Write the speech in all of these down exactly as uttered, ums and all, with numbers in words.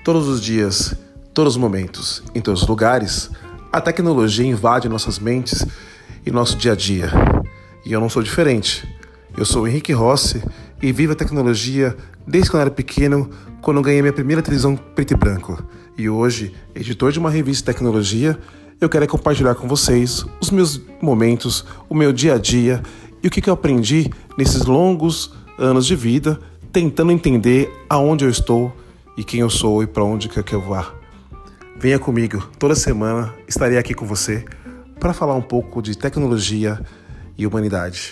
Todos os dias, todos os momentos, em todos os lugares, a tecnologia invade nossas mentes e nosso dia a dia. E eu não sou diferente. Eu sou o Henrique Rossi e vivo a tecnologia desde quando eu era pequeno, quando eu ganhei minha primeira televisão preto e branco. E hoje, editor de uma revista de tecnologia, eu quero compartilhar com vocês os meus momentos, o meu dia a dia e o que eu aprendi nesses longos anos de vida, tentando entender aonde eu estou e quem eu sou e para onde quer que eu vá. Venha comigo, toda semana estarei aqui com você para falar um pouco de tecnologia e humanidade.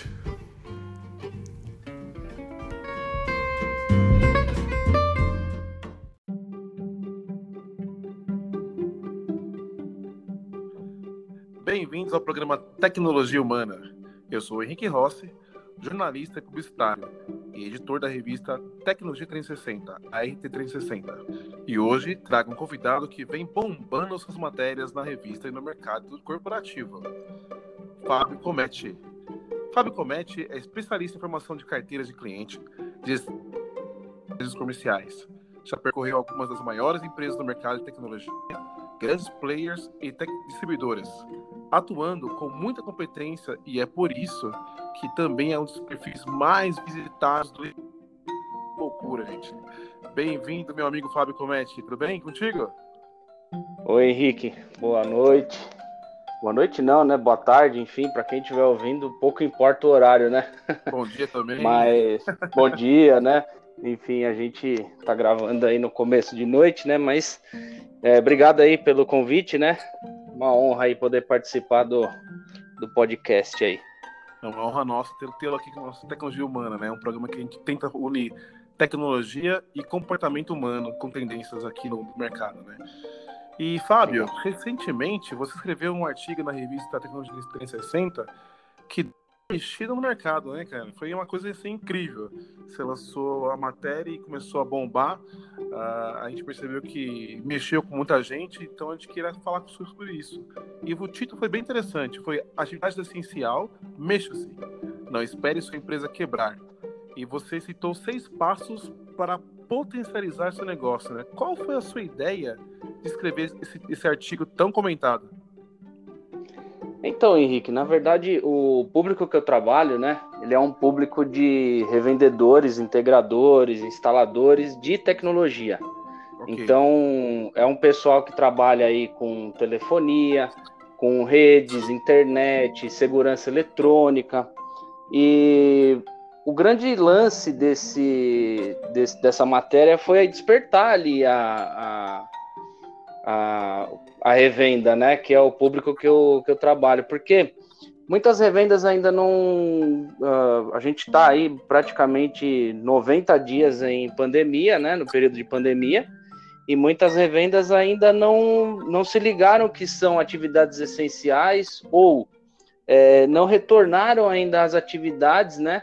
Bem-vindos ao programa Tecnologia Humana. Eu sou o Henrique Rossi, jornalista e publicitário e editor da revista Tecnologia trezentos e sessenta, a R T trezentos e sessenta. E hoje trago um convidado que vem bombando suas matérias na revista e no mercado corporativo, Fábio Cometti. Fábio Cometti é especialista em formação de carteiras de cliente de empresas comerciais. Já percorreu algumas das maiores empresas do mercado de tecnologia, grandes players e tech distribuidoras, atuando com muita competência, e é por isso que também é um dos perfis mais visitados do loucura, gente. Bem-vindo, meu amigo Fábio Cometti. Tudo bem contigo? Oi, Henrique. Boa noite. Boa noite não, né? Boa tarde, enfim, para quem estiver ouvindo, pouco importa o horário, né? Bom dia também. Mas, bom dia, né? Enfim, a gente tá gravando aí no começo de noite, né? Mas é, obrigado aí pelo convite, né? Uma honra aí poder participar do, do podcast aí. É uma honra nossa tê-lo aqui com a nossa Tecnologia Humana, né? Um programa que a gente tenta unir tecnologia e comportamento humano com tendências aqui no mercado, né? E, Fábio, Sim. recentemente você escreveu um artigo na revista Tecnologia trezentos e sessenta que deu uma mexida no mercado, né, cara? Foi uma coisa assim incrível. Você lançou a matéria e começou a bombar. Uh, a gente percebeu que mexeu com muita gente, então a gente queria falar com você sobre isso. E o título foi bem interessante. Foi Atividade Essencial, Mexa-se. Não espere sua empresa quebrar. E você citou seis passos para potencializar seu negócio, né? Qual foi a sua ideia de escrever esse, esse artigo tão comentado? Então, Henrique, na verdade, o público que eu trabalho, né, ele é um público de revendedores, integradores, instaladores de tecnologia. Okay. Então, é um pessoal que trabalha aí com telefonia, com redes, internet, segurança eletrônica. E o grande lance desse, desse, dessa matéria foi despertar ali a, a, a, a revenda, né? Que é o público que eu, que eu trabalho. Porque muitas revendas ainda não... Uh, a gente está aí praticamente noventa dias em pandemia, né? No período de pandemia. E muitas revendas ainda não, não se ligaram que são atividades essenciais ou é, não retornaram ainda às atividades, né?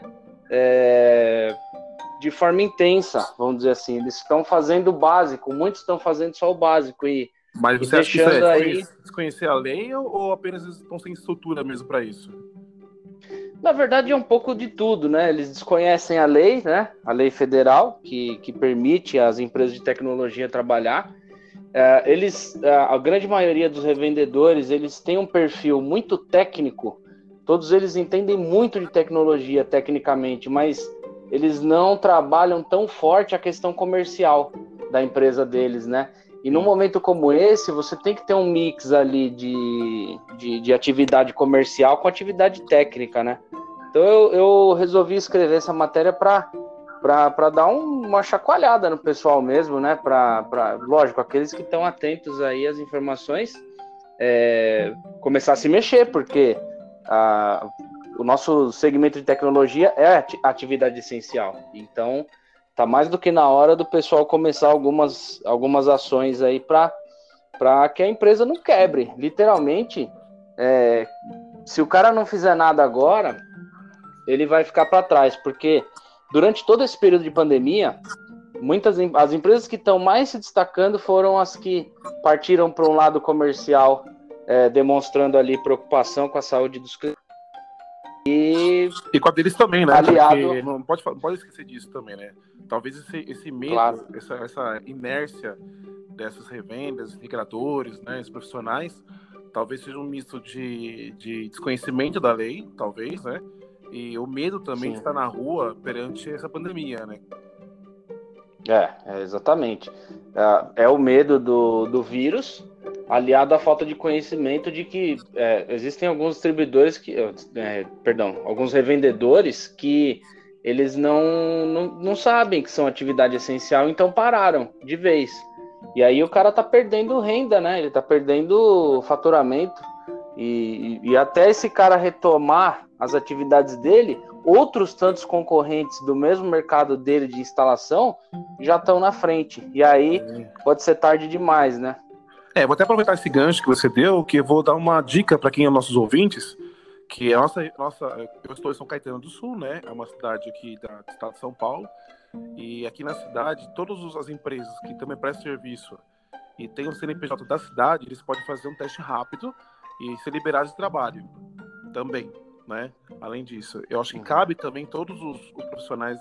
É, de forma intensa, vamos dizer assim. Eles estão fazendo o básico, muitos estão fazendo só o básico e, Mas você e acha que isso é aí... desconhecer a lei ou apenas estão sem estrutura mesmo para isso? Na verdade é um pouco de tudo, né? Eles desconhecem a lei, né? A lei federal que, que permite às empresas de tecnologia trabalhar. É, eles, a grande maioria dos revendedores, eles têm um perfil muito técnico. Todos eles entendem muito de tecnologia tecnicamente, mas eles não trabalham tão forte a questão comercial da empresa deles, né? E num momento como esse, você tem que ter um mix ali de, de, de atividade comercial com atividade técnica, né? Então eu, eu resolvi escrever essa matéria para para dar um, uma chacoalhada no pessoal mesmo, né? Pra, pra, lógico, aqueles que estão atentos aí às informações, é, começar a se mexer, porque a, o nosso segmento de tecnologia é atividade essencial. Então, tá mais do que na hora do pessoal começar algumas, algumas ações aí para que a empresa não quebre. Literalmente, é, se o cara não fizer nada agora, ele vai ficar para trás, porque durante todo esse período de pandemia, muitas as empresas que estão mais se destacando foram as que partiram para um lado comercial, é, demonstrando ali preocupação com a saúde dos clientes. E, e com a deles também, né? Aliado... Porque não pode, não pode esquecer disso também, né? Talvez esse, esse medo, claro. essa, essa inércia dessas revendas, integradores, né, os profissionais, talvez seja um misto de, de desconhecimento da lei, talvez, né, e o medo também Sim. de estar na rua perante essa pandemia, né. É, é exatamente. É, é o medo do, do vírus, aliado à falta de conhecimento de que é, existem alguns distribuidores que, é, perdão, alguns revendedores que eles não, não, não sabem que são atividade essencial, então pararam de vez. E aí o cara tá perdendo renda, né? Ele tá perdendo faturamento. E, e, e até esse cara retomar as atividades dele, outros tantos concorrentes do mesmo mercado dele de instalação já estão na frente. E aí é. pode ser tarde demais, né? É, vou até aproveitar esse gancho que você deu, que eu vou dar uma dica para quem é nossos ouvintes, que a nossa, nossa, eu estou em São Caetano do Sul, né? É uma cidade aqui da, do estado de São Paulo. E aqui na cidade, todas as empresas que também prestam serviço e têm o C N P J da cidade, eles podem fazer um teste rápido e ser liberados de trabalho também, né? Além disso, eu acho que cabe também todos os, os profissionais,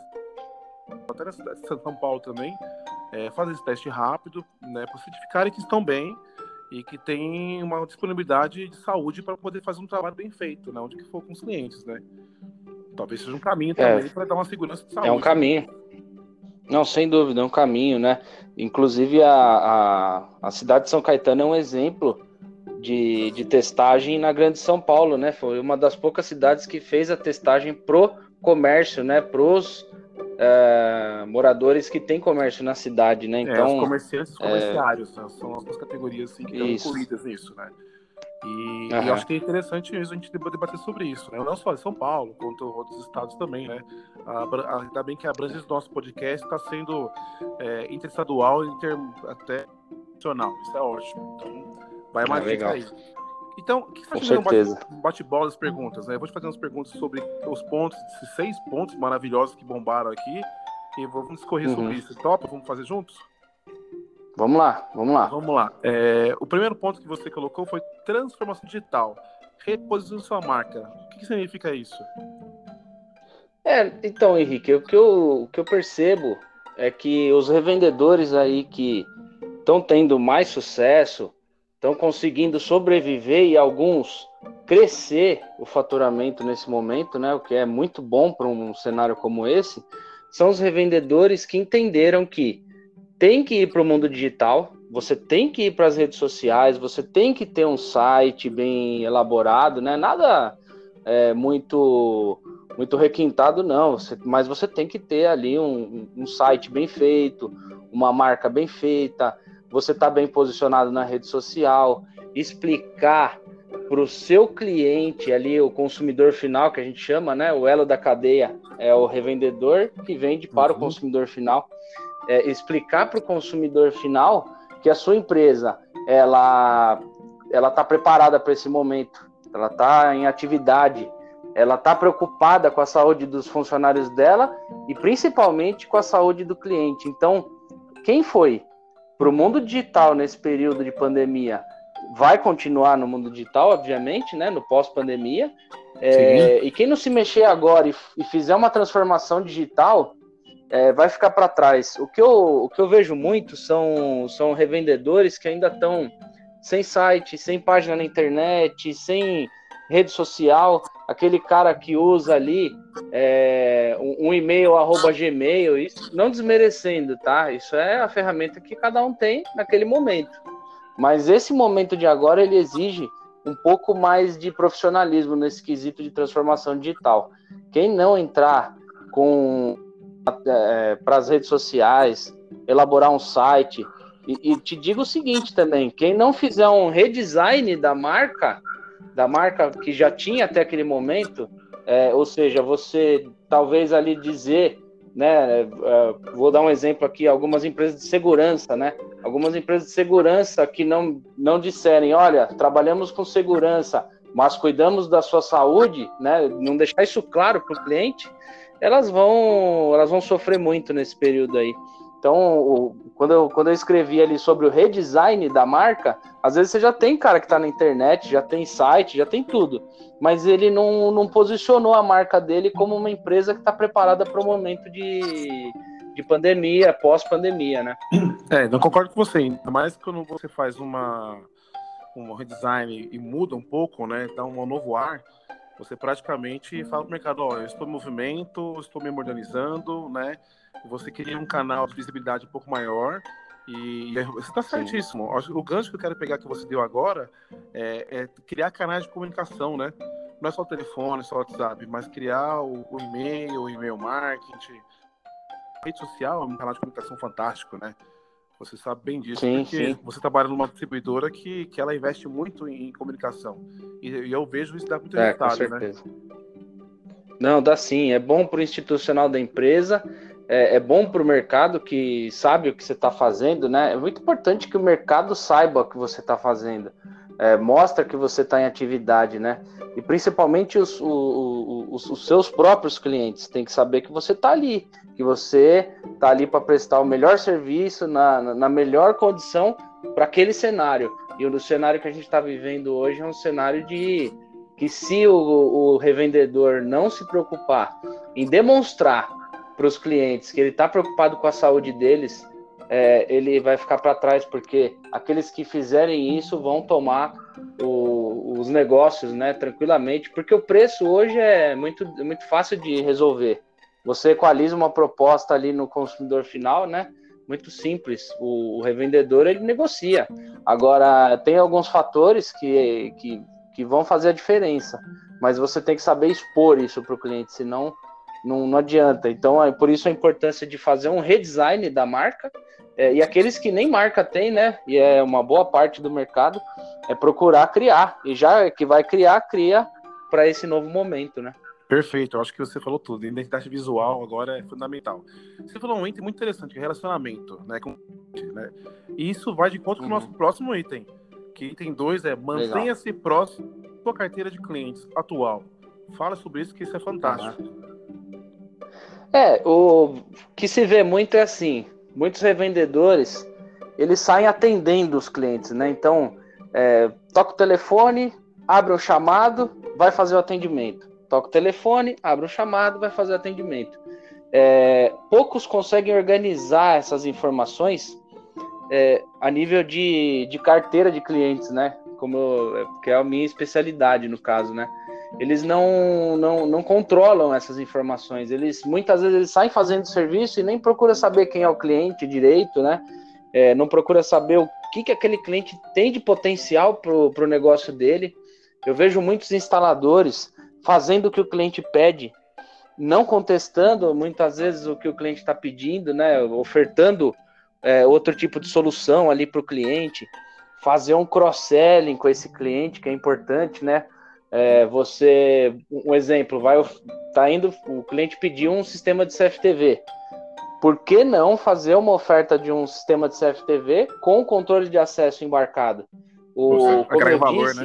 até na cidade de São Paulo também, é, fazer esse teste rápido, né? Para certificarem que estão bem e que tem uma disponibilidade de saúde para poder fazer um trabalho bem feito, né? Onde que for com os clientes, né? Talvez seja um caminho também é, para dar uma segurança de saúde. É um caminho. Não, sem dúvida, é um caminho, né? Inclusive, a, a, a cidade de São Caetano é um exemplo de, de testagem na Grande São Paulo, né? Foi uma das poucas cidades que fez a testagem pro comércio, né? Pros é, moradores que têm comércio na cidade, né? Então, é, os comerciantes, os comerciários, é... são as duas categorias assim, que estão incluídas nisso, né? E, uhum. e eu acho que é interessante a gente debater sobre isso, né? Não só em São Paulo, quanto outros estados também, né? Ainda bem que a abrangência do nosso podcast está sendo é, interestadual e inter, até nacional. Isso é ótimo. Então, vai uma é, dica aí. Então, o que você acha de um bate-bola das perguntas, né? Eu vou te fazer umas perguntas sobre os pontos, esses seis pontos maravilhosos que bombaram aqui, e vamos discorrer uhum. sobre isso. Topa? Vamos fazer juntos? Vamos lá, vamos lá. Vamos lá. É, o primeiro ponto que você colocou foi transformação digital. Reposicionar sua marca. O que, que significa isso? É, então, Henrique, o que eu, o que eu percebo é que os revendedores aí que estão tendo mais sucesso, estão conseguindo sobreviver e alguns crescer o faturamento nesse momento, né? O que é muito bom para um cenário como esse, são os revendedores que entenderam que tem que ir para o mundo digital, você tem que ir para as redes sociais, você tem que ter um site bem elaborado, né? Nada é, muito muito requintado, não, você, mas você tem que ter ali um, um site bem feito, uma marca bem feita, você está bem posicionado na rede social, explicar para o seu cliente ali, o consumidor final, que a gente chama, né? O elo da cadeia é o revendedor que vende para uhum. o consumidor final. É, explicar para o consumidor final que a sua empresa ela ela está preparada para esse momento, ela está em atividade, ela está preocupada com a saúde dos funcionários dela e principalmente com a saúde do cliente. Então, quem foi para o mundo digital nesse período de pandemia vai continuar no mundo digital, obviamente, né, no pós-pandemia. É, e quem não se mexer agora e, e fizer uma transformação digital É, vai ficar para trás. O que, eu, o que eu vejo muito são, são revendedores que ainda estão sem site, sem página na internet, sem rede social, aquele cara que usa ali é, um, um e-mail arroba gmail, isso não desmerecendo, tá? Isso é a ferramenta que cada um tem naquele momento. Mas esse momento de agora, ele exige um pouco mais de profissionalismo nesse quesito de transformação digital. Quem não entrar com É, para as redes sociais, elaborar um site, e, e te digo o seguinte também, quem não fizer um redesign da marca, da marca que já tinha até aquele momento, é, ou seja, você talvez ali dizer, né, é, vou dar um exemplo aqui, algumas empresas de segurança, né, algumas empresas de segurança que não, não disserem, olha, trabalhamos com segurança, mas cuidamos da sua saúde, né, não deixar isso claro para o cliente, elas vão, elas vão sofrer muito nesse período aí. Então, o, quando, eu, quando eu escrevi ali sobre o redesign da marca, às vezes você já tem cara que está na internet, já tem site, já tem tudo, mas ele não, não posicionou a marca dele como uma empresa que está preparada para o momento de, de pandemia, pós-pandemia, né? É, não concordo com você, ainda mais quando você faz uma, um redesign e muda um pouco, né, dá um novo ar, você praticamente fala para o mercado, ó, eu estou em movimento, estou me modernizando, né, você cria um canal de visibilidade um pouco maior e, e você está certíssimo. O gancho que eu quero pegar que você deu agora é, é criar canais de comunicação, né, não é só o telefone, só o WhatsApp, mas criar o, o e-mail, o e-mail marketing. A rede social é um canal de comunicação fantástico, né? Você sabe bem disso, Sim, porque sim. você trabalha numa distribuidora que, que ela investe muito em, em comunicação. E, e eu vejo isso dá muito É, com resultado, né? certeza. Não, dá sim. É bom para o institucional da empresa, é, é bom para o mercado que sabe o que você está fazendo, né? É muito importante que o mercado saiba o que você está fazendo. É, mostra que você está em atividade, né? E principalmente os, o, os, os seus próprios clientes têm que saber que você está ali, que você está ali para prestar o melhor serviço, na, na melhor condição para aquele cenário. E o cenário que a gente está vivendo hoje é um cenário de que se o, o revendedor não se preocupar em demonstrar para os clientes que ele está preocupado com a saúde deles, é, ele vai ficar para trás, porque aqueles que fizerem isso vão tomar o, os negócios, né, tranquilamente, porque o preço hoje é muito, muito fácil de resolver. Você equaliza uma proposta ali no consumidor final, né? Muito simples. O, o revendedor, ele negocia. Agora, tem alguns fatores que, que, que vão fazer a diferença, mas você tem que saber expor isso para o cliente, senão não, não adianta. Então, é por isso a importância de fazer um redesign da marca, é, e aqueles que nem marca tem, né? E é uma boa parte do mercado, é procurar criar. E já que vai criar, cria para esse novo momento, né? Perfeito, eu acho que você falou tudo. Identidade visual agora é fundamental. Você falou um item muito interessante, que é relacionamento, né? Com, né? E isso vai de encontro com o nosso Uhum. próximo item. Que item dois é mantenha-se próximo da sua carteira de clientes atual. Fala sobre isso, que isso é fantástico. Uhum. É, o que se vê muito é assim, muitos revendedores, eles saem atendendo os clientes, né? Então, é, toca o telefone, abre um chamado, vai fazer o atendimento. Toca o telefone, abre um chamado, vai fazer o atendimento. É, poucos conseguem organizar essas informações é, a nível de, de carteira de clientes, né? Como eu, que é a minha especialidade no caso, né? Eles não, não, não controlam essas informações. Eles muitas vezes eles saem fazendo serviço e nem procuram saber quem é o cliente direito, né? É, não procura saber o que, que aquele cliente tem de potencial para o negócio dele. Eu vejo muitos instaladores fazendo o que o cliente pede, não contestando muitas vezes o que o cliente está pedindo, né? Ofertando é, outro tipo de solução ali para o cliente, fazer um cross-selling com esse cliente, que é importante, né? É, você, um exemplo, vai, tá indo, o cliente pediu um sistema de C F T V. Por que não fazer uma oferta de um sistema de C F T V com controle de acesso embarcado? O, como eu valor, disse, né?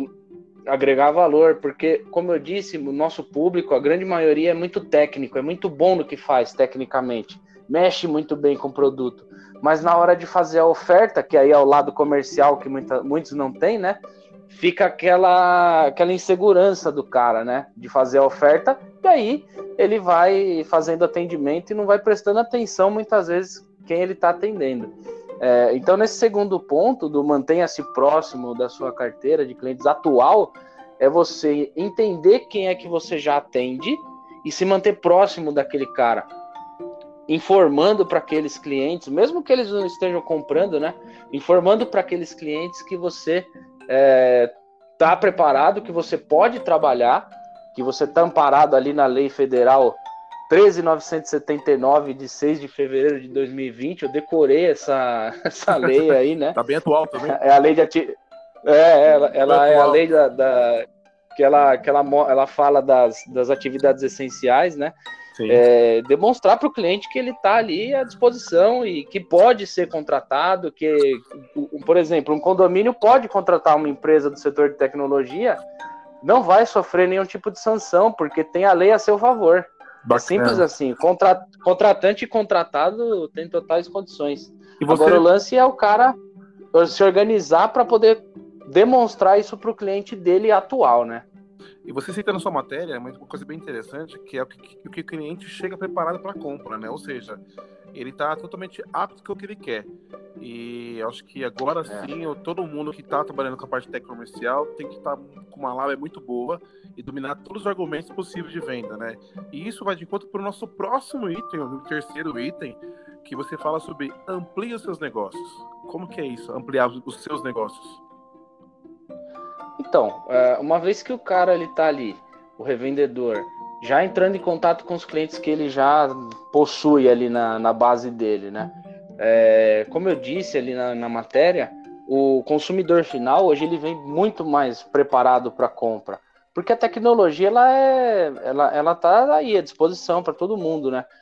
agregar valor, porque, como eu disse, o nosso público, a grande maioria é muito técnico, é muito bom no que faz tecnicamente, mexe muito bem com o produto, mas na hora de fazer a oferta, que aí é o lado comercial que muita, muitos não têm, né? Fica aquela, aquela insegurança do cara, né? De fazer a oferta, e aí ele vai fazendo atendimento e não vai prestando atenção, muitas vezes, quem ele está atendendo. É, então, nesse segundo ponto, do mantenha-se próximo da sua carteira de clientes atual, é você entender quem é que você já atende e se manter próximo daquele cara, informando para aqueles clientes, mesmo que eles não estejam comprando, né? Informando para aqueles clientes que você está é, preparado, que você pode trabalhar, que você está amparado ali na lei federal treze mil novecentos e setenta e nove, de seis de fevereiro de dois mil e vinte, eu decorei essa, essa lei aí, né? Tá bem atual também. É a lei de ati... é, ela, ela é a lei da, da... que, ela, que ela, ela fala das, das atividades essenciais, né? É, demonstrar para o cliente que ele está ali à disposição e que pode ser contratado, que, por exemplo, um condomínio pode contratar uma empresa do setor de tecnologia, não vai sofrer nenhum tipo de sanção, porque tem a lei a seu favor. Bacana. É simples assim, contra, contratante e contratado tem totais condições. E você... Agora o lance é o cara se organizar para poder demonstrar isso para o cliente dele atual, né? E você cita na sua matéria uma coisa bem interessante, que é o que o, que o cliente chega preparado para a compra, né? Ou seja, ele está totalmente apto com o que ele quer. E acho que agora sim, eu, todo mundo que está trabalhando com a parte técnica comercial tem que estar tá com uma lábia muito boa e dominar todos os argumentos possíveis de venda, né? E isso vai de encontro para o nosso próximo item, o terceiro item, que você fala sobre amplie os seus negócios. Como que é isso, ampliar os seus negócios? Então, uma vez que o cara ele tá ali, o revendedor, já entrando em contato com os clientes que ele já possui ali na, na base dele, né? É, como eu disse ali na, na matéria, o consumidor final hoje ele vem muito mais preparado para a compra, porque a tecnologia ela é, ela, ela tá aí à disposição para todo mundo, né?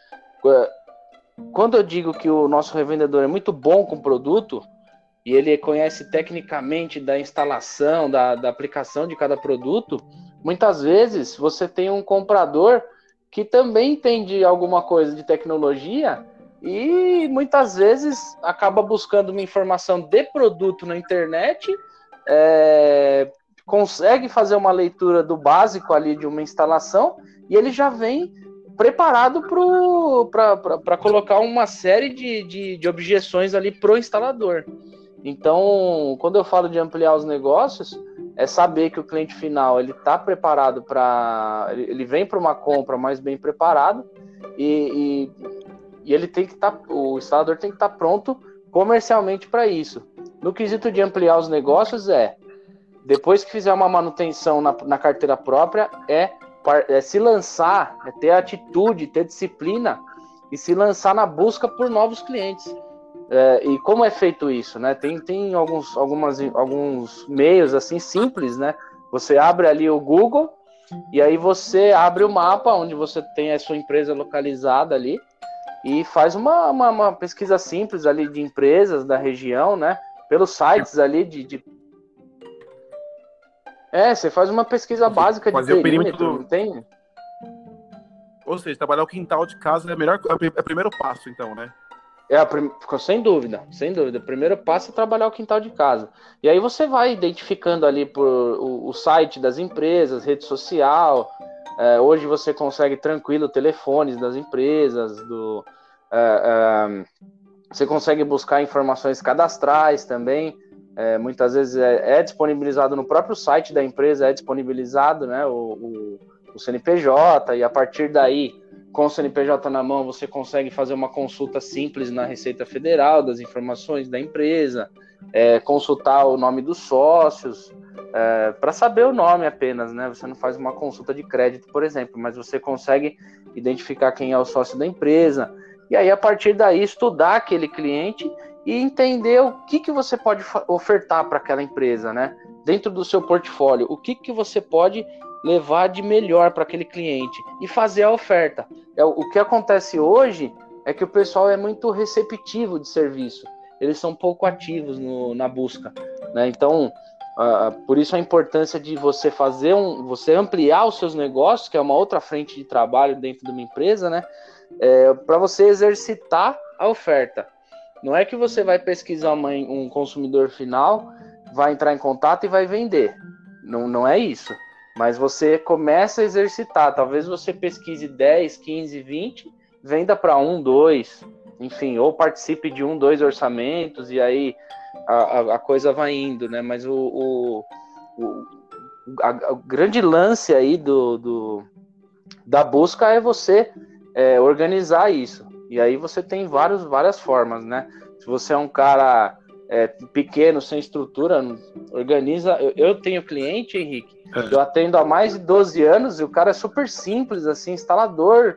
Quando eu digo que o nosso revendedor é muito bom com o produto e ele conhece tecnicamente da instalação, da, da aplicação de cada produto, muitas vezes você tem um comprador que também entende alguma coisa de tecnologia e muitas vezes acaba buscando uma informação de produto na internet, é, consegue fazer uma leitura do básico ali de uma instalação e ele já vem preparado para colocar uma série de, de, de objeções ali para o instalador. Então, quando eu falo de ampliar os negócios, é saber que o cliente final ele está preparado para, ele vem para uma compra mais bem preparado e, e, e ele tem que estar, tá, o instalador tem que estar tá pronto comercialmente para isso. No quesito de ampliar os negócios é, depois que fizer uma manutenção na, na carteira própria, é, é se lançar, é ter atitude, ter disciplina e se lançar na busca por novos clientes. É, e como é feito isso, né? Tem, tem alguns, algumas, alguns meios assim simples, né? Você abre ali o Google e aí você abre o mapa onde você tem a sua empresa localizada ali e faz uma, uma, uma pesquisa simples ali de empresas da região, né? Pelos sites ali de, de... É, você faz uma pesquisa básica de perímetro, do... não tem? Ou seja, trabalhar o quintal de casa é, melhor, é o primeiro passo, então, né? É a prim... Sem dúvida, sem dúvida. O primeiro passo é trabalhar o quintal de casa. E aí você vai identificando ali por o, o site das empresas, rede social. É, hoje você consegue tranquilo telefones das empresas. Do, é, é, você consegue buscar informações cadastrais também. É, muitas vezes é, é disponibilizado no próprio site da empresa, é disponibilizado, né, o, o, o C N P J. E a partir daí, com o C N P J na mão, você consegue fazer uma consulta simples na Receita Federal das informações da empresa, é, consultar o nome dos sócios, é, para saber o nome apenas, né? Você não faz uma consulta de crédito, por exemplo, mas você consegue identificar quem é o sócio da empresa, e aí a partir daí estudar aquele cliente e entender o que, que você pode ofertar para aquela empresa, né? Dentro do seu portfólio, o que, que você pode levar de melhor para aquele cliente e fazer a oferta. É, o que acontece hoje é que o pessoal é muito receptivo de serviço, eles são pouco ativos no, na busca, né? Então, uh, por isso a importância de você fazer um, você ampliar os seus negócios, que é uma outra frente de trabalho dentro de uma empresa, né? É, para você exercitar a oferta. Não é que você vai pesquisar uma, um consumidor final, vai entrar em contato e vai vender. Não, não é isso. Mas você começa a exercitar. Talvez você pesquise dez, quinze, vinte, venda para um, dois, enfim, ou participe de um, dois orçamentos e aí a, a, a coisa vai indo, né? Mas o, o, o a, a grande lance aí do, do, da busca é você é, organizar isso. E aí você tem vários, várias formas, né? Se você é um cara é, pequeno, sem estrutura, organiza. Eu, eu tenho cliente, Henrique, é. eu atendo há mais de doze anos e o cara é super simples, assim, instalador,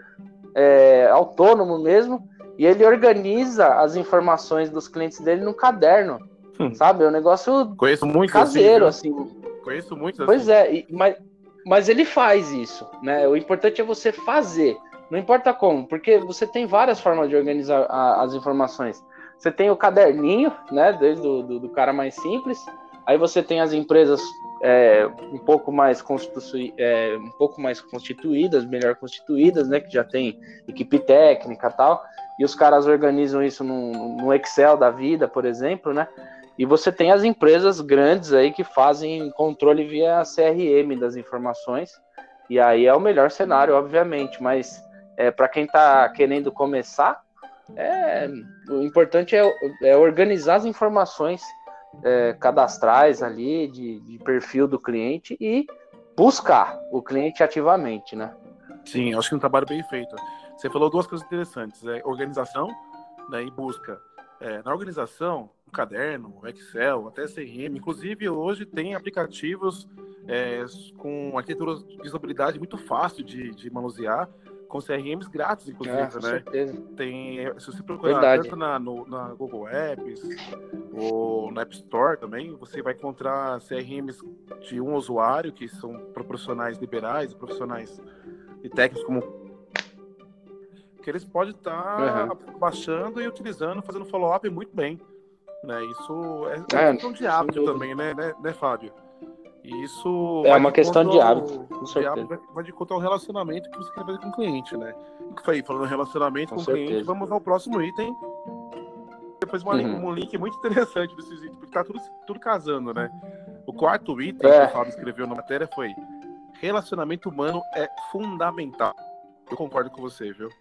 é, autônomo mesmo, e ele organiza as informações dos clientes dele no caderno, hum. sabe? É um negócio Conheço muito caseiro, assim. assim. Conheço muito Pois assim. é, e, mas, mas ele faz isso, né? O importante é você fazer. Não importa como, porque você tem várias formas de organizar a, as informações. Você tem o caderninho, né, desde o do, do cara mais simples. Aí você tem as empresas é, um pouco mais constitu- é, um pouco mais constituídas, melhor constituídas, né, que já tem equipe técnica e tal. E os caras organizam isso no, no Excel da vida, por exemplo, né? E você tem as empresas grandes aí que fazem controle via C R M das informações, e aí é o melhor cenário, obviamente, mas é, para quem está querendo começar, é, o importante é, é organizar as informações é, cadastrais ali, de, de perfil do cliente e buscar o cliente ativamente, né? Sim, acho que é um trabalho bem feito. Você falou duas coisas interessantes, é organização, né, e busca. É, na organização, o caderno, o Excel, até C R M, inclusive hoje tem aplicativos é, com arquitetura de usabilidade muito fácil de, de manusear, com C R Ms grátis, inclusive, Ah, com né? certeza. Tem, se você procurar Verdade. tanto na, no, na Google Apps ou na App Store também, você vai encontrar C R Ms de um usuário, que são para profissionais liberais, profissionais e técnicos como que eles podem estar Uhum. baixando e utilizando, fazendo follow-up muito bem, né? Isso é, é uma É, questão de sem hábito dúvida. também, né, né, né, Fábio? E isso É vai de uma questão encontro de hábito, ao, com de hábito, certeza. vai, vai de encontro ao relacionamento que você quer fazer com o cliente, né? E que foi falando em relacionamento Com com o cliente, certeza. vamos ao próximo item. Depois uma, Uhum. um link muito interessante desses itens, porque tá tudo, tudo casando, né? O quarto item que o É, Fábio escreveu na matéria foi: relacionamento humano é fundamental. Eu concordo com você, viu?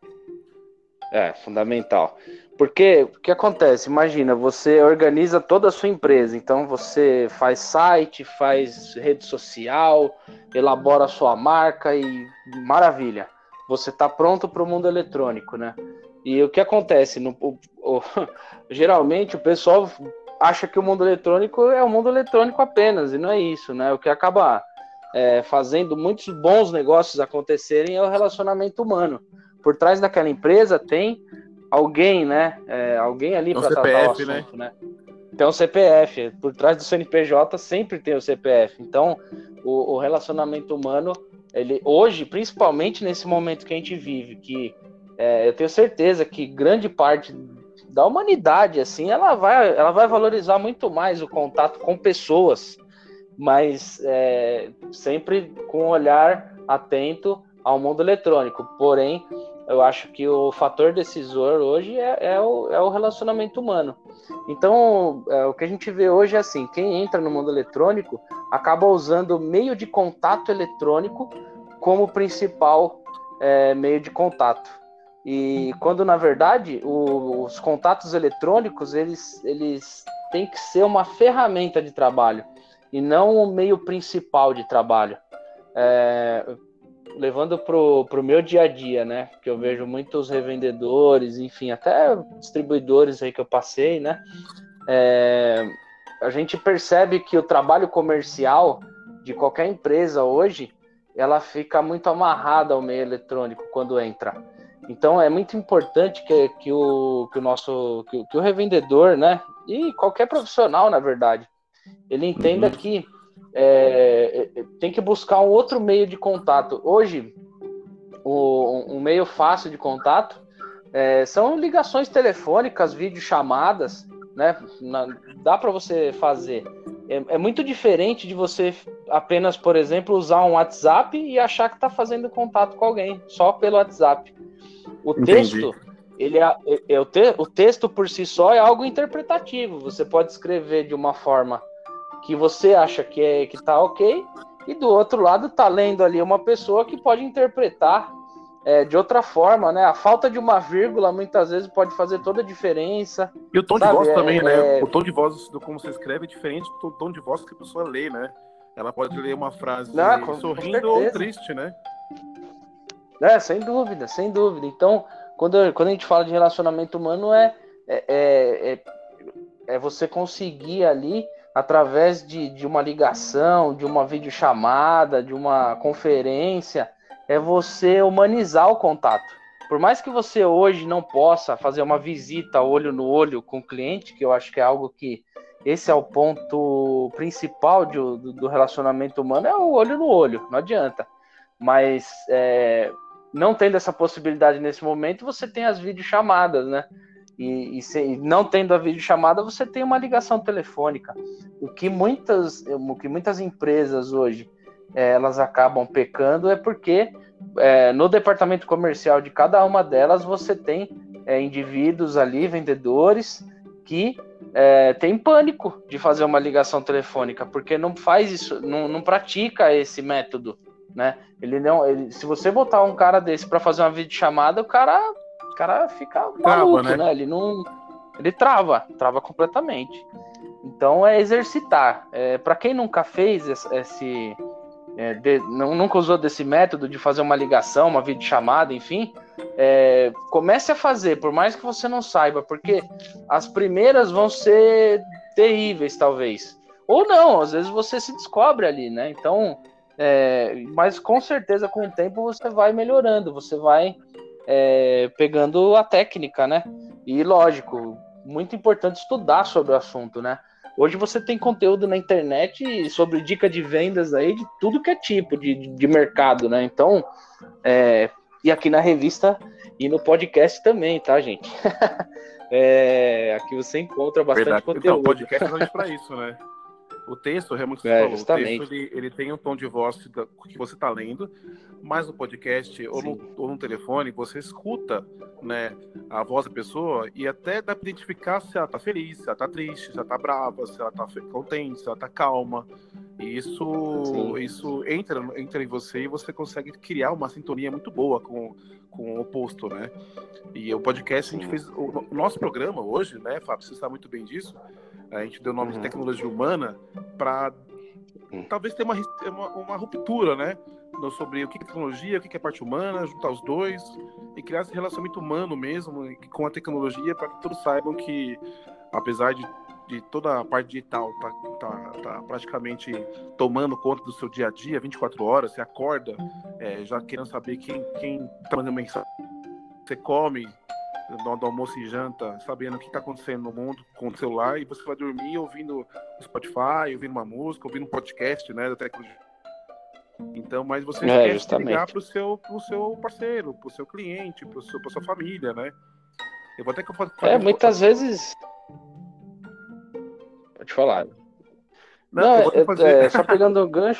é fundamental. Porque o que acontece? Imagina, você organiza toda a sua empresa, então você faz site, faz rede social, elabora a sua marca e maravilha. Você está pronto para o mundo eletrônico, né? E o que acontece? No, o, o, geralmente o pessoal acha que o mundo eletrônico é o mundo eletrônico apenas, e não é isso, né? O que acaba é, fazendo muitos bons negócios acontecerem é o relacionamento humano. Por trás daquela empresa tem alguém, né? É, alguém ali É um para tratar o C P F, né? assunto, né? Tem um C P F. Por trás do C N P J sempre tem o C P F. Então, o, o relacionamento humano, ele hoje, principalmente nesse momento que a gente vive, que é, eu tenho certeza que grande parte da humanidade, assim, ela vai, ela vai valorizar muito mais o contato com pessoas, mas é, sempre com um olhar atento ao mundo eletrônico. Porém, eu acho que o fator decisor hoje é, é, o, é o relacionamento humano. Então, é, o que a gente vê hoje é assim, quem entra no mundo eletrônico acaba usando o meio de contato eletrônico como principal é, meio de contato. E quando, na verdade, o, os contatos eletrônicos, eles, eles têm que ser uma ferramenta de trabalho e não o meio principal de trabalho. É, levando para o meu dia a dia, né? Que eu vejo muitos revendedores, enfim, até distribuidores aí que eu passei, né? É, a gente percebe que o trabalho comercial de qualquer empresa hoje, ela fica muito amarrada ao meio eletrônico quando entra. Então é muito importante que, que, o, que o nosso que, que o revendedor, né? E qualquer profissional, na verdade, ele entenda Uhum. que é, tem que buscar um outro meio de contato. Hoje, o, um meio fácil de contato é, são ligações telefônicas, videochamadas, né? Na, dá para você fazer. É, é muito diferente de você apenas, por exemplo, usar um WhatsApp e achar que está fazendo contato com alguém só pelo WhatsApp. O Entendi. texto, ele é, é, o, te, o texto por si só é algo interpretativo. Você pode escrever de uma forma que você acha que é que tá ok, e do outro lado tá lendo ali uma pessoa que pode interpretar é, de outra forma, né? A falta de uma vírgula muitas vezes pode fazer toda a diferença. E o tom de Sabe? voz também, né? É, é... O tom de voz do como você escreve é diferente do tom de voz que a pessoa lê, né? Ela pode ler uma frase Não, com, com sorrindo ou certeza. triste, né? É, sem dúvida, sem dúvida. Então, quando, quando a gente fala de relacionamento humano, é, é, é, é você conseguir ali, através de, de uma ligação, de uma videochamada, de uma conferência, é você humanizar o contato. Por mais que você hoje não possa fazer uma visita olho no olho com o cliente, que eu acho que é algo que esse é o ponto principal de, do, do relacionamento humano, é o olho no olho, não adianta. Mas é, não tendo essa possibilidade nesse momento, você tem as videochamadas, né? E, e se, não tendo a videochamada, você tem uma ligação telefônica. O que muitas, o que muitas empresas hoje é, elas acabam pecando é porque é, no departamento comercial de cada uma delas você tem é, indivíduos ali, vendedores, que é, tem pânico de fazer uma ligação telefônica, porque não faz isso, não, não pratica esse método, né? Ele não, ele, se você botar um cara desse para fazer uma videochamada, o cara, o cara fica maluco, trava, né? né? Ele não, ele trava, trava completamente. Então é exercitar. É, para quem nunca fez esse, é, de, não, nunca usou desse método de fazer uma ligação, uma videochamada, enfim, é, comece a fazer, por mais que você não saiba, porque as primeiras vão ser terríveis, talvez. Ou não, às vezes você se descobre ali, né? Então, é, mas com certeza com o tempo você vai melhorando, você vai é, pegando a técnica, né? E lógico, muito importante estudar sobre o assunto, né? Hoje você tem conteúdo na internet sobre dica de vendas aí de tudo que é tipo de, de mercado, né? Então, é, e aqui na revista e no podcast também, tá, gente? é, aqui você encontra bastante Verdade. conteúdo. Então, o podcast é exatamente para isso, né? O texto, realmente você é, falou, justamente. o texto ele, ele tem um tom de voz que você está lendo, mas no podcast ou no, ou no telefone você escuta, né, a voz da pessoa e até dá para identificar se ela está feliz, se ela está triste, se ela está brava, se ela está contente, se ela está calma. E isso, isso entra, entra em você e você consegue criar uma sintonia muito boa com, com o oposto, né? E o podcast, Sim. a gente fez o, o nosso programa hoje, né, Fábio, você sabe muito bem disso. A gente deu o nome uhum. de tecnologia humana para uhum. talvez ter uma, uma, uma ruptura, né? Sobre o que é tecnologia, o que é parte humana, juntar os dois e criar esse relacionamento humano mesmo com a tecnologia para que todos saibam que, apesar de, de toda a parte digital tá, tá, tá praticamente tomando conta do seu dia a dia, vinte e quatro horas, você acorda é, já querendo saber quem, quem tá mandando mensagem, você come do, do almoço e janta, sabendo o que está acontecendo no mundo com o celular, e você vai dormir ouvindo o Spotify, ouvindo uma música, ouvindo um podcast, né, da tecnologia. Então, mas você é, esquece de ligar para o seu, pro seu parceiro, para o seu cliente, para a sua família, né? Eu vou até que eu faço. É, muitas vezes. Pode falar. Não, Não eu é, fazer... é, só pegando o gancho.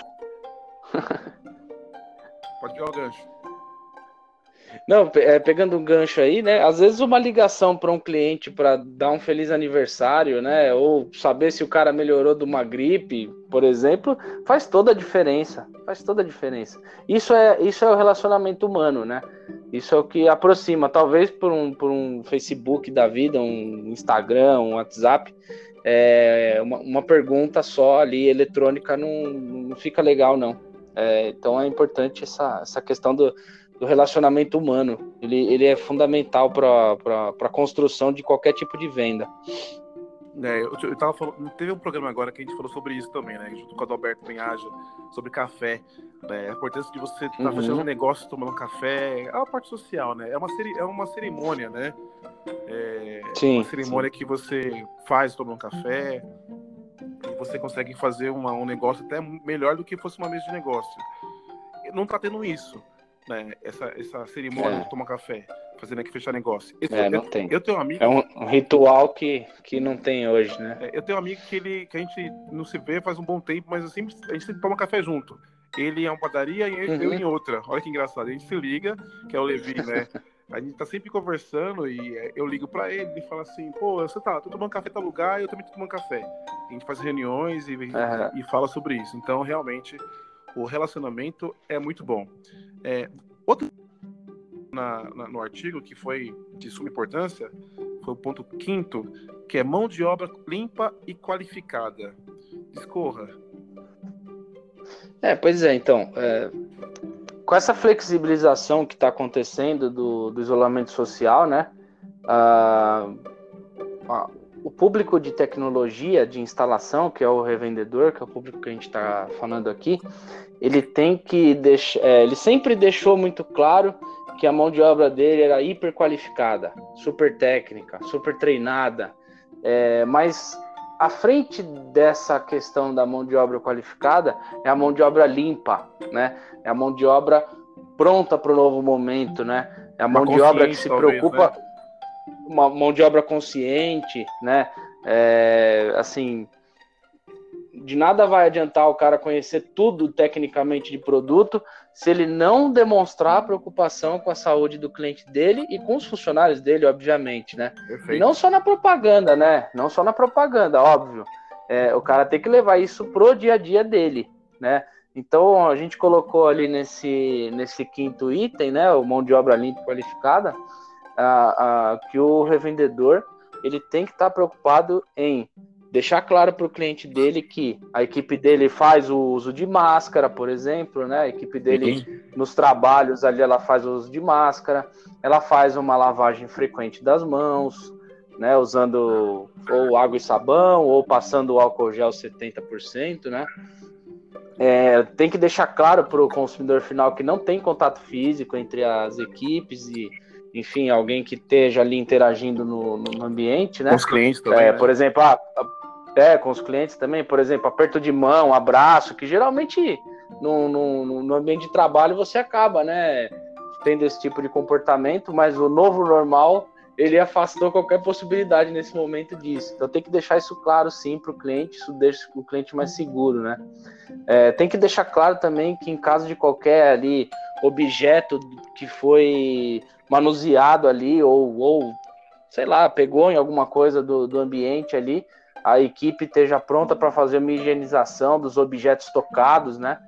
Pode pegar o gancho. Não, é, pegando um gancho aí, né? Às vezes uma ligação para um cliente para dar um feliz aniversário, né? Ou saber se o cara melhorou de uma gripe, por exemplo, faz toda a diferença. Faz toda a diferença. Isso é, isso é o relacionamento humano, né? Isso é o que aproxima. Talvez por um, por um Facebook da vida, um Instagram, um WhatsApp, é, uma, uma pergunta só ali eletrônica não, não fica legal, não. É, então é importante essa, essa questão do do relacionamento humano. Ele, ele é fundamental para a construção de qualquer tipo de venda. É, eu, eu tava falando, teve um programa agora que a gente falou sobre isso também, né? Junto com o Adalberto Benhaja, sobre café. Né? A importância de você estar tá uhum. fazendo um negócio, tomando um café. É uma parte social, né? É uma, é uma cerimônia, né? É sim, uma cerimônia sim. que você faz tomando um café. E você consegue fazer uma, um negócio até melhor do que fosse uma mesa de negócio. Não tá tendo isso. Né, essa, essa cerimônia é. de tomar café, fazendo aqui fechar negócio. Esse, é, eu, não tem. Eu tenho um amigo. É um, um ritual que, que não tem hoje, né? É, eu tenho um amigo que, ele, que a gente não se vê faz um bom tempo, mas eu sempre, a gente sempre toma café junto. Ele é uma padaria e eu, uhum. eu em outra. Olha que engraçado. A gente se liga, que é o Levi, né? A gente tá sempre conversando e eu ligo pra ele e fala assim, pô, você tá, tô tomando café em tal lugar e eu também tô tomando café. A gente faz reuniões e, uhum. e, e fala sobre isso. Então, realmente, o relacionamento é muito bom. É, outro na, na, no artigo que foi de suma importância foi o ponto quinto, que é mão de obra limpa e qualificada. Discorra. É, pois é, então, é, com essa flexibilização que está acontecendo do, do isolamento social, né, a, a, o público de tecnologia, de instalação, que é o revendedor, que é o público que a gente está falando aqui, ele tem que deixar, é, ele sempre deixou muito claro que a mão de obra dele era hiper qualificada, super técnica, super treinada, é, mas à frente dessa questão da mão de obra qualificada é a mão de obra limpa, né? É a mão de obra pronta para o novo momento, né? É a mão de obra que se talvez, preocupa, né? Uma mão de obra consciente, né? É, assim, de nada vai adiantar o cara conhecer tudo tecnicamente de produto se ele não demonstrar preocupação com a saúde do cliente dele e com os funcionários dele, obviamente, né? Perfeito. E não só na propaganda, né? Não só na propaganda, óbvio. É, o cara tem que levar isso pro dia a dia dele, né? Então, a gente colocou ali nesse, nesse quinto item, né? O mão de obra limpa e qualificada, a, a, que o revendedor ele tem que estar preocupado em deixar claro para o cliente dele que a equipe dele faz o uso de máscara, por exemplo, né? A equipe dele Sim. nos trabalhos ali ela faz o uso de máscara, ela faz uma lavagem frequente das mãos, né? Usando ou água e sabão ou passando o álcool gel setenta por cento, né? É, tem que deixar claro para o consumidor final que não tem contato físico entre as equipes e, enfim, alguém que esteja ali interagindo no, no ambiente, né? Com os clientes também, é, né? Por exemplo, ah, É, com os clientes também, por exemplo, aperto de mão, abraço, que geralmente no, no, no ambiente de trabalho você acaba, né, tendo esse tipo de comportamento, mas o novo normal, ele afastou qualquer possibilidade nesse momento disso. Então tem que deixar isso claro sim para o cliente, isso deixa o cliente mais seguro, né. É, tem que deixar claro também que em caso de qualquer ali objeto que foi manuseado ali ou, ou sei lá, pegou em alguma coisa do, do ambiente ali, a equipe esteja pronta para fazer uma higienização dos objetos tocados, né?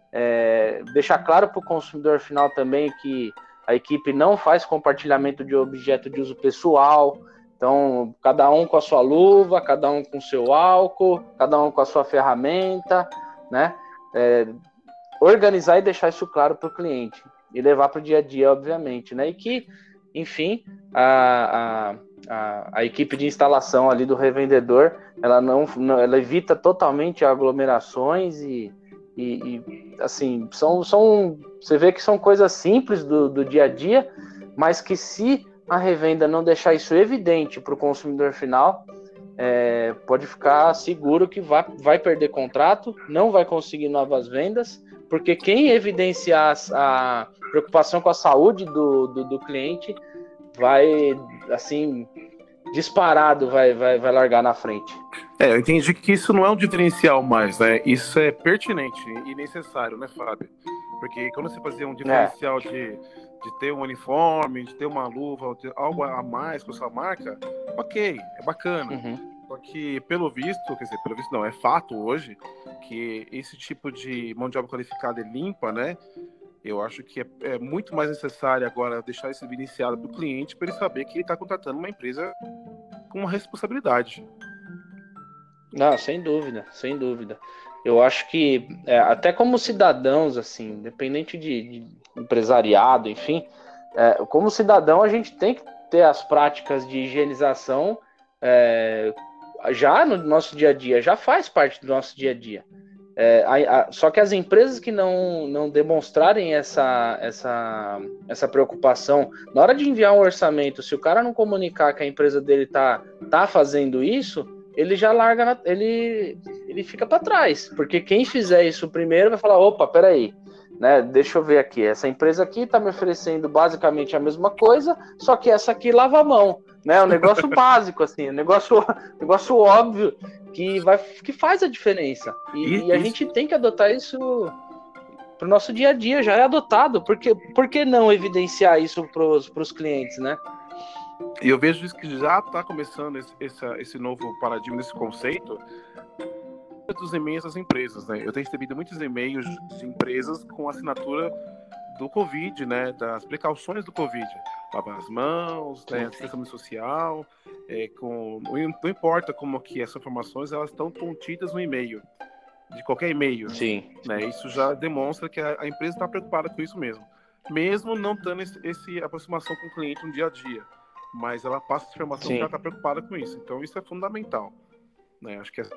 É, deixar claro para o consumidor final também que a equipe não faz compartilhamento de objeto de uso pessoal, então cada um com a sua luva, cada um com o seu álcool, cada um com a sua ferramenta, né? É, organizar e deixar isso claro para o cliente e levar para o dia a dia, obviamente, né? E que, enfim, a, a A, a equipe de instalação ali do revendedor, ela não, não ela evita totalmente aglomerações e, e, e assim, são, são, você vê que são coisas simples do, do dia a dia, mas que se a revenda não deixar isso evidente para o consumidor final, é, pode ficar seguro que vai, vai perder contrato, não vai conseguir novas vendas, porque quem evidenciar a preocupação com a saúde do, do, do cliente vai, assim, disparado, vai, vai, vai largar na frente. É, eu entendi que isso não é um diferencial mais, né? Isso é pertinente e necessário, né, Fábio? Porque quando você fazia um diferencial é. de, de ter um uniforme, de ter uma luva, de algo a mais com a sua marca, ok, é bacana. Uhum. Só que, pelo visto, quer dizer, pelo visto não, é fato hoje, que esse tipo de mão de obra qualificada e limpa, né? Eu acho que é, é muito mais necessário agora deixar isso evidenciado para o cliente para ele saber que ele está contratando uma empresa com uma responsabilidade. Não, sem dúvida, sem dúvida. Eu acho que é, até como cidadãos, assim, independente de, de empresariado, enfim, é, como cidadão a gente tem que ter as práticas de higienização é, já no nosso dia a dia, já faz parte do nosso dia a dia. É, a, a, só que as empresas que não, não demonstrarem essa, essa, essa preocupação, na hora de enviar um orçamento, se o cara não comunicar que a empresa dele tá, tá fazendo isso, ele já larga, na, ele, ele fica para trás, porque quem fizer isso primeiro vai falar, opa, peraí, né, deixa eu ver aqui, essa empresa aqui tá me oferecendo basicamente a mesma coisa, só que essa aqui lava a mão, né, um negócio básico, assim, um negócio, negócio óbvio, que, vai, que faz a diferença. E, e a gente tem que adotar isso para o nosso dia a dia, já é adotado. Porque, por que não evidenciar isso para os clientes, né? E eu vejo isso que já está começando esse, esse, esse novo paradigma, esse conceito dos e-mails das empresas, né? Eu tenho recebido muitos e-mails de empresas com assinatura do Covid, né? Das precauções do Covid. Lavar as mãos, né, distanciamento social, é, com, não importa como que essas informações elas estão contidas no e-mail, de qualquer e-mail. Sim. Né, isso já demonstra que a, a empresa está preocupada com isso mesmo, mesmo não tendo esse, esse aproximação com o cliente no dia a dia, mas ela passa essa informação Sim. que ela está preocupada com isso. Então isso é fundamental. Né, acho que esse,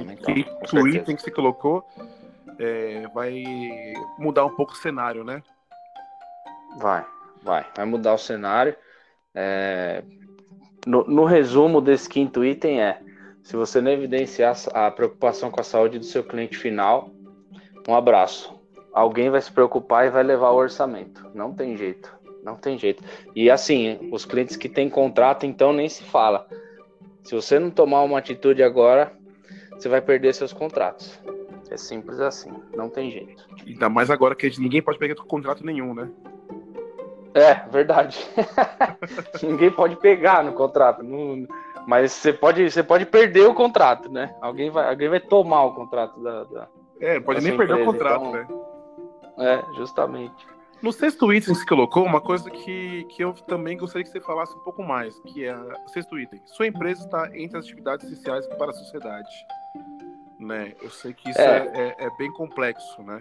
o item que se colocou é, vai mudar um pouco o cenário, né? Vai. Vai, vai mudar o cenário. É, no, no resumo desse quinto item é: se você não evidenciar a preocupação com a saúde do seu cliente final, um abraço. Alguém vai se preocupar e vai levar o orçamento. Não tem jeito, não tem jeito. E assim, os clientes que têm contrato, então nem se fala. Se você não tomar uma atitude agora, você vai perder seus contratos. É simples assim, não tem jeito. Ainda mais agora que ninguém pode pegar contrato nenhum, né? É, verdade. Ninguém pode pegar no contrato, não, mas você pode, você pode perder o contrato, né? Alguém vai, alguém vai tomar o contrato da, da É, não pode da nem sua perder o empresa, contrato, então, né? é, justamente. No sexto item que você colocou, uma coisa que, que eu também gostaria que você falasse um pouco mais, que é o sexto item. Sua empresa está entre as atividades essenciais para a sociedade. Né? Eu sei que isso É, é, é, é bem complexo, né?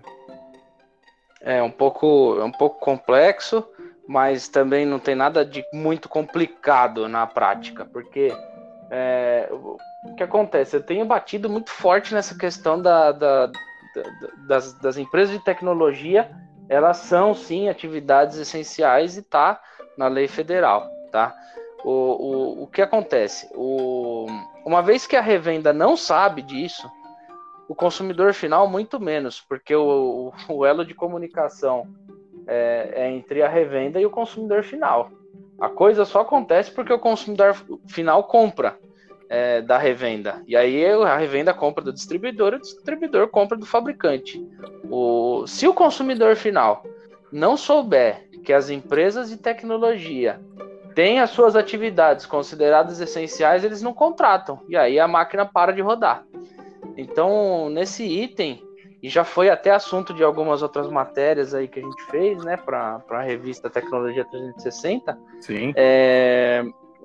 é um pouco, é um pouco complexo, mas também não tem nada de muito complicado na prática, porque é, o que acontece? Eu tenho batido muito forte nessa questão da, da, da, das, das empresas de tecnologia. Elas são, sim, atividades essenciais e tá na lei federal, tá? O, o, o que acontece? O, uma vez que a revenda não sabe disso, o consumidor final muito menos, porque o, o elo de comunicação é, é entre a revenda e o consumidor final. A coisa só acontece porque o consumidor final compra é, da revenda. E aí a revenda compra do distribuidor e o distribuidor compra do fabricante. O, se o consumidor final não souber que as empresas de tecnologia têm as suas atividades consideradas essenciais, eles não contratam. E aí a máquina para de rodar. Então, nesse item, e já foi até assunto de algumas outras matérias aí que a gente fez, né, para a revista Tecnologia trezentos e sessenta, Sim. É,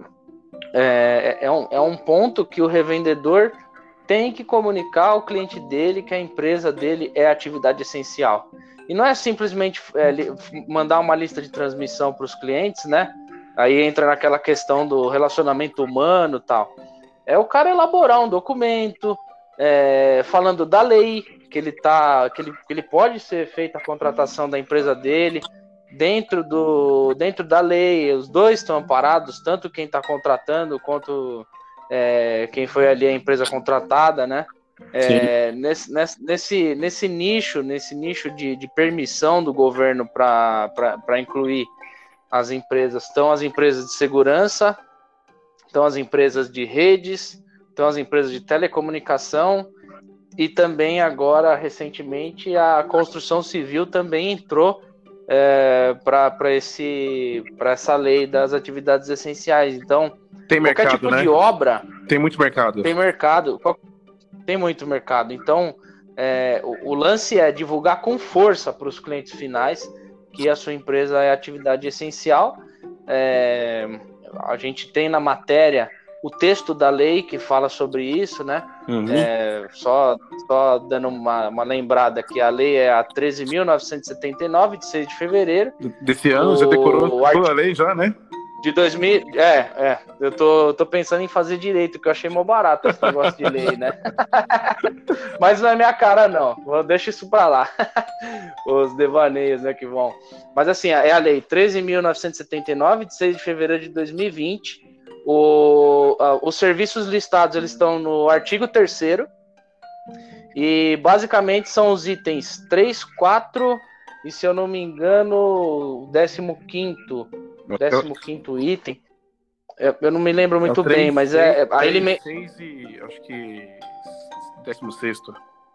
é, é, um, é um ponto que o revendedor tem que comunicar ao cliente dele que a empresa dele é atividade essencial. E não é simplesmente é, mandar uma lista de transmissão para os clientes, né? Aí entra naquela questão do relacionamento humano e tal. É o cara elaborar um documento é, falando da lei, que ele, tá, que, ele, que ele pode ser feita a contratação da empresa dele dentro, do, dentro da lei. Os dois estão amparados, tanto quem está contratando quanto é, quem foi ali a empresa contratada, né? É, nesse, nesse, nesse nicho, nesse nicho de, de permissão do governo para incluir as empresas, estão as empresas de segurança, estão as empresas de redes, estão as empresas de telecomunicação e também agora, recentemente, a construção civil também entrou é, para essa lei das atividades essenciais. Então, tem mercado, qualquer tipo né? de obra... Tem muito mercado. Tem mercado, tem muito mercado. Então, é, o, o lance é divulgar com força para os clientes finais que a sua empresa é atividade essencial. É, a gente tem na matéria o texto da lei que fala sobre isso, né? Uhum. É, só, só dando uma, uma lembrada que a lei é a treze mil novecentos e setenta e nove, de seis de fevereiro. Desse ano, o, já decorou toda a lei já, né? De dois mil, é, é, eu tô, tô pensando em fazer direito, que eu achei mó barato esse negócio de lei, né? Mas não é minha cara, não. Deixa isso pra lá. Os devaneios, né, que vão. Mas assim, é a lei treze mil novecentos e setenta e nove, de seis de fevereiro de dois mil e vinte. O, a, os serviços listados, eles estão no artigo terceiro. E basicamente são os itens três, quatro e, se eu não me engano, o décimo quinto. décimo quinto item. Eu, eu não me lembro muito é três, bem, mas seis, é. Aí ele me... seis e acho que décimo sexto.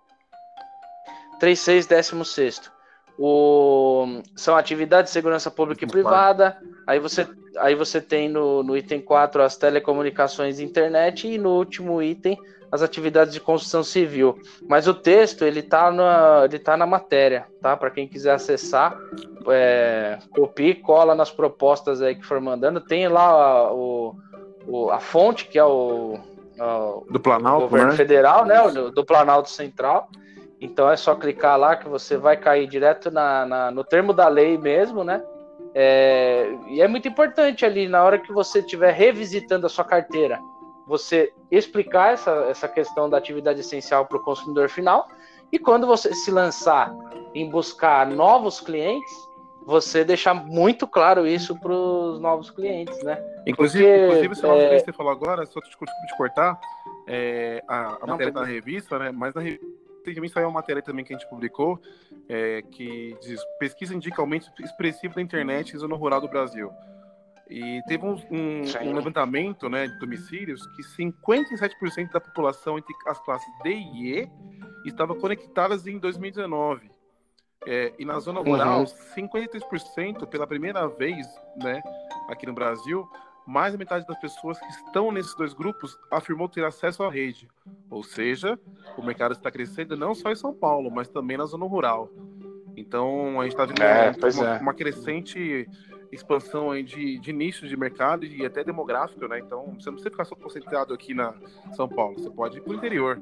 três, seis, décimo sexto. O... São atividades de segurança pública e privada. Aí você, aí você tem no, no item quatro as telecomunicações e internet. E no último item as atividades de construção civil. Mas o texto, ele tá na, ele tá na matéria, tá? Para quem quiser acessar, é, copia e cola nas propostas aí que for mandando. Tem lá a, o, o, a fonte, que é o, a, do Planalto, o governo né? federal, né? Do, do Planalto Central. Então é só clicar lá que você vai cair direto na, na, no termo da lei mesmo, né? É, e é muito importante ali, na hora que você estiver revisitando a sua carteira, você explicar essa, essa questão da atividade essencial para o consumidor final, e quando você se lançar em buscar novos clientes, você deixar muito claro isso para os novos clientes, né? Inclusive, Porque, inclusive esse novo é... que você falou agora, só te, te cortar, é, a, a matéria está na revista, né? Mas na revista também saiu uma matéria também que a gente publicou, é, que diz: pesquisa indica aumento expressivo da internet em zona rural do Brasil. E teve um, um, um levantamento, né, de domicílios que cinquenta e sete por cento da população entre as classes D e E estava conectadas em dois mil e dezenove. É, e na zona rural, uhum. cinquenta e três por cento, pela primeira vez, né, aqui no Brasil, mais da metade das pessoas que estão nesses dois grupos afirmou ter acesso à rede. Ou seja, o mercado está crescendo não só em São Paulo, mas também na zona rural. Então, a gente está vendo é, uma, é. uma crescente expansão aí de, de nichos de mercado e até demográfico, né? Então, você não precisa ficar só concentrado aqui na São Paulo, você pode ir para o interior.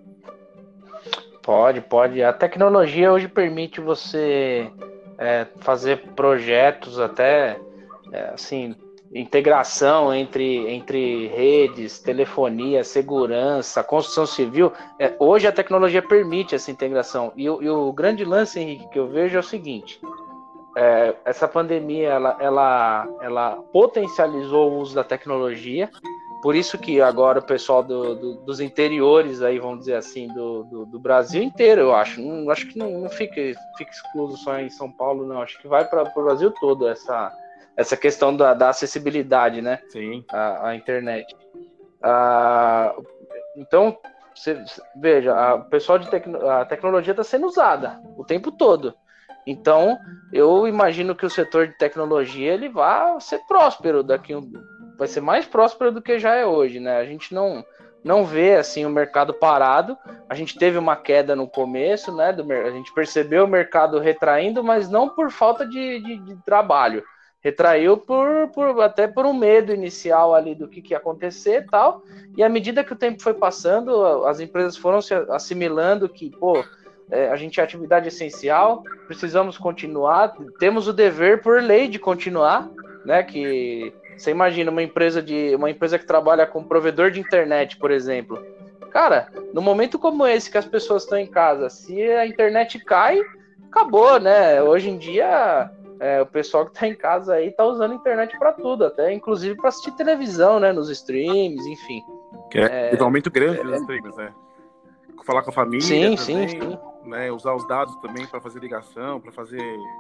Pode, pode. A tecnologia hoje permite você é, fazer projetos até, é, assim, integração entre, entre redes, telefonia, segurança, construção civil. É, hoje a tecnologia permite essa integração. E, e o grande lance, Henrique, que eu vejo é o seguinte: é, essa pandemia ela, ela, ela potencializou o uso da tecnologia. Por isso que agora o pessoal do, do, dos interiores, aí, vamos dizer assim, do, do, do Brasil inteiro, eu acho. Não, acho que não, não fica, fica excluso só em São Paulo, não. Acho que vai para o Brasil todo essa, essa questão da, da acessibilidade, né? Sim. À, à internet. Ah, então, você, veja, a, o pessoal de tecno, a tecnologia está sendo usada o tempo todo. Então, eu imagino que o setor de tecnologia ele vai ser próspero daqui a um vai ser mais próspero do que já é hoje, né? A gente não, não vê, assim, o mercado parado. A gente teve uma queda no começo, né? Do, a gente percebeu o mercado retraindo, mas não por falta de, de, de trabalho. Retraiu por, por, até por um medo inicial ali do que, que ia acontecer e tal. E à medida que o tempo foi passando, as empresas foram se assimilando que, pô, é, a gente é atividade essencial, precisamos continuar, temos o dever por lei de continuar, né? Que... Você imagina uma empresa, de, uma empresa que trabalha com provedor de internet, por exemplo. Cara, no momento como esse que as pessoas estão em casa, se a internet cai, acabou, né? Hoje em dia, é, o pessoal que está em casa aí está usando a internet para tudo, até inclusive para assistir televisão, né? Nos streams, enfim. Que é, é um aumento grande dos é, streams, né? Falar com a família sim, também, sim, sim. Né? Usar os dados também para fazer ligação, para fazer...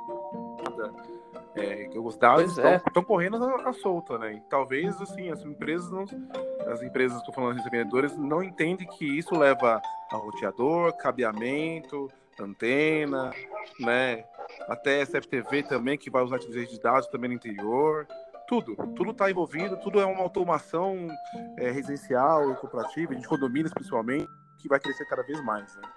É, que os dados estão é. correndo à solta, né? E talvez assim as empresas não, as empresas, estou falando de vendedores, não entendem que isso leva a roteador, cabeamento, antena, né? Até S F T V também, que vai usar de dados também no interior. Tudo, tudo está envolvido, tudo é uma automação é, residencial, corporativa, de condomínios principalmente, que vai crescer cada vez mais, né?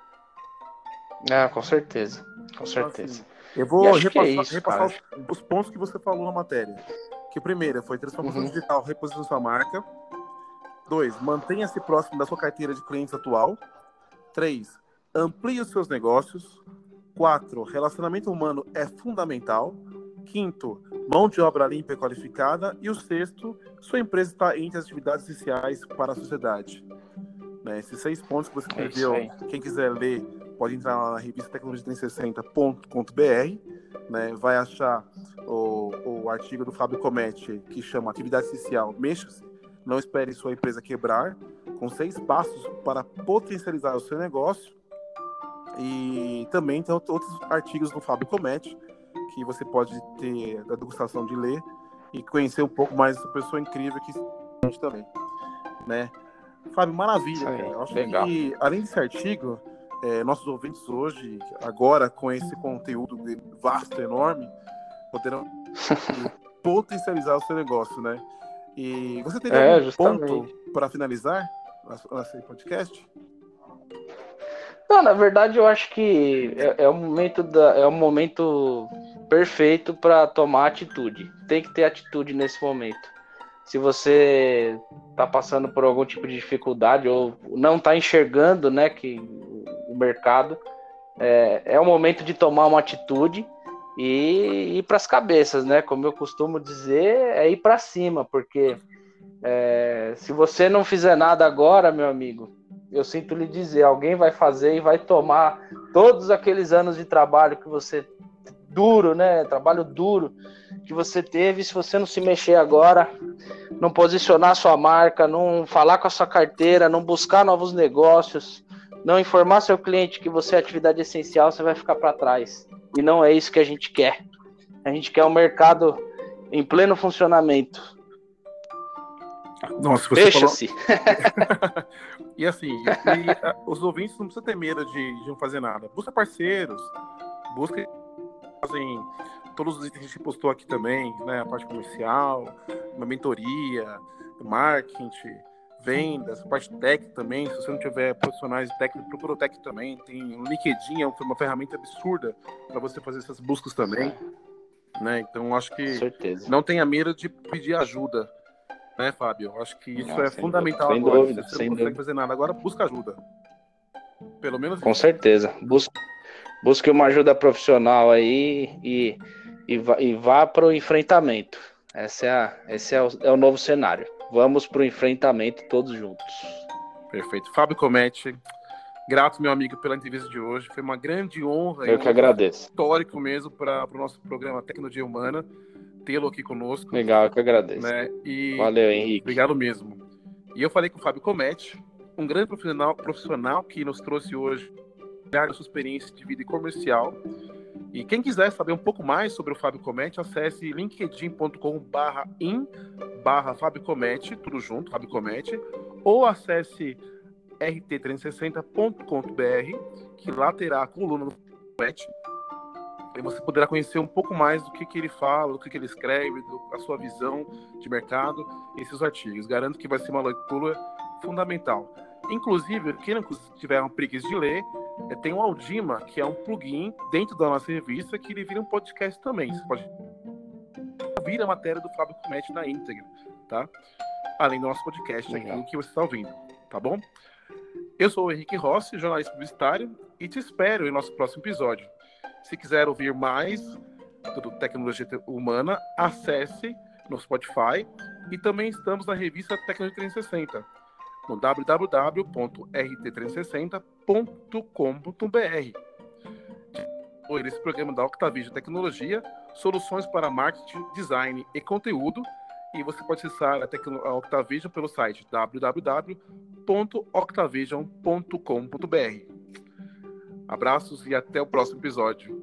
Ah, com certeza, com certeza. Então, assim, eu vou repassar, é isso, repassar os, os pontos que você falou na matéria. Que o primeiro foi transformação uhum. digital, reposição da sua marca. Dois, mantenha-se próximo da sua carteira de clientes atual. Três, amplie os seus negócios. Quatro, relacionamento humano é fundamental. Quinto, mão de obra limpa e qualificada. E o sexto, sua empresa está entre as atividades essenciais para a sociedade. Né, esses seis pontos que você escreveu, é quem quiser ler, pode entrar lá na revista tecnologia trezentos e sessenta ponto b r, né, vai achar o, o artigo do Fábio Cometti, que chama Atividade Essencial, Mexa-se, não espere sua empresa quebrar, com seis passos para potencializar o seu negócio. E também tem outros artigos do Fábio Cometti, que você pode ter a degustação de ler e conhecer um pouco mais dessa pessoa incrível que a gente também, né? Fábio, maravilha, aí, cara. Eu acho legal. que, além desse artigo, é, nossos ouvintes hoje, agora, com esse conteúdo vasto, enorme, poderão potencializar o seu negócio, né? E você teria é, algum justamente. ponto para finalizar esse podcast? Não, na verdade, eu acho que é, é, o, momento da, é o momento perfeito para tomar atitude. Tem que ter atitude nesse momento. Se você está passando por algum tipo de dificuldade ou não está enxergando, né, que o mercado, é, é o momento de tomar uma atitude e ir para as cabeças, né? Como eu costumo dizer, é ir para cima, porque é, se você não fizer nada agora, meu amigo, eu sinto lhe dizer, alguém vai fazer e vai tomar todos aqueles anos de trabalho que você duro, né? Trabalho duro que você teve. Se você não se mexer agora, não posicionar sua marca, não falar com a sua carteira, não buscar novos negócios, não informar seu cliente que você é atividade essencial, você vai ficar para trás. E não é isso que a gente quer. A gente quer um mercado em pleno funcionamento. Nossa, você Fecha-se. Falou... e assim, e, e, os ouvintes não precisam ter medo de, de não fazer nada. Busca parceiros, busca fazem todos os itens que a gente postou aqui também, né? A parte comercial, uma mentoria, marketing, vendas, parte técnica também. Se você não tiver profissionais técnicos, procura o Tech também. Tem o LinkedIn, é uma ferramenta absurda para você fazer essas buscas também, né? Então acho que não tenha medo de pedir ajuda, né, Fábio? Eu acho que isso não, é fundamental sem agora. Dúvida, Se você sem não consegue dúvida. fazer nada agora, busca ajuda. Pelo menos Com isso. certeza. Busque, busque uma ajuda profissional aí e, e vá, e vá para o enfrentamento. Esse, é, a, esse é, o, é o novo cenário. Vamos para o enfrentamento todos juntos. Perfeito. Fábio Cometti, grato, meu amigo, pela entrevista de hoje. Foi uma grande honra. Eu e um que agradeço. Histórico mesmo para o nosso programa Tecnologia Humana, tê-lo aqui conosco. Legal, eu que agradeço. Né? E valeu, Henrique. Obrigado mesmo. E eu falei com o Fábio Cometti, um grande profissional, profissional que nos trouxe hoje a sua experiência de vida e comercial. E quem quiser saber um pouco mais sobre o Fábio Cometti, acesse linkedin ponto com barra in barra Fábio Cometti, tudo junto, Fábio Cometti, ou acesse r t trezentos e sessenta ponto com ponto b r, que lá terá a coluna do Cometti, e você poderá conhecer um pouco mais do que, que ele fala, do que, que ele escreve, do, a sua visão de mercado e seus artigos. Garanto que vai ser uma leitura fundamental. Inclusive, quem não tiver uma preguiça de ler, é, tem o Aldima, que é um plugin dentro da nossa revista, que ele vira um podcast também. Você pode ouvir a matéria do Fábio Cometti na íntegra, tá? Além do nosso podcast Legal. Aqui que você está ouvindo, tá bom? Eu sou o Henrique Rossi, jornalista publicitário, e te espero em nosso próximo episódio. Se quiser ouvir mais do Tecnologia Humana, acesse no Spotify, e também estamos na revista Tecnologia trezentos e sessenta, no w w w ponto r t trezentos e sessenta ponto com ponto b r. Esse programa da Octavision Tecnologia, soluções para marketing, design e conteúdo, e você pode acessar a, Tecno- a Octavision pelo site w w w ponto octavision ponto com ponto b r. Abraços e até o próximo episódio.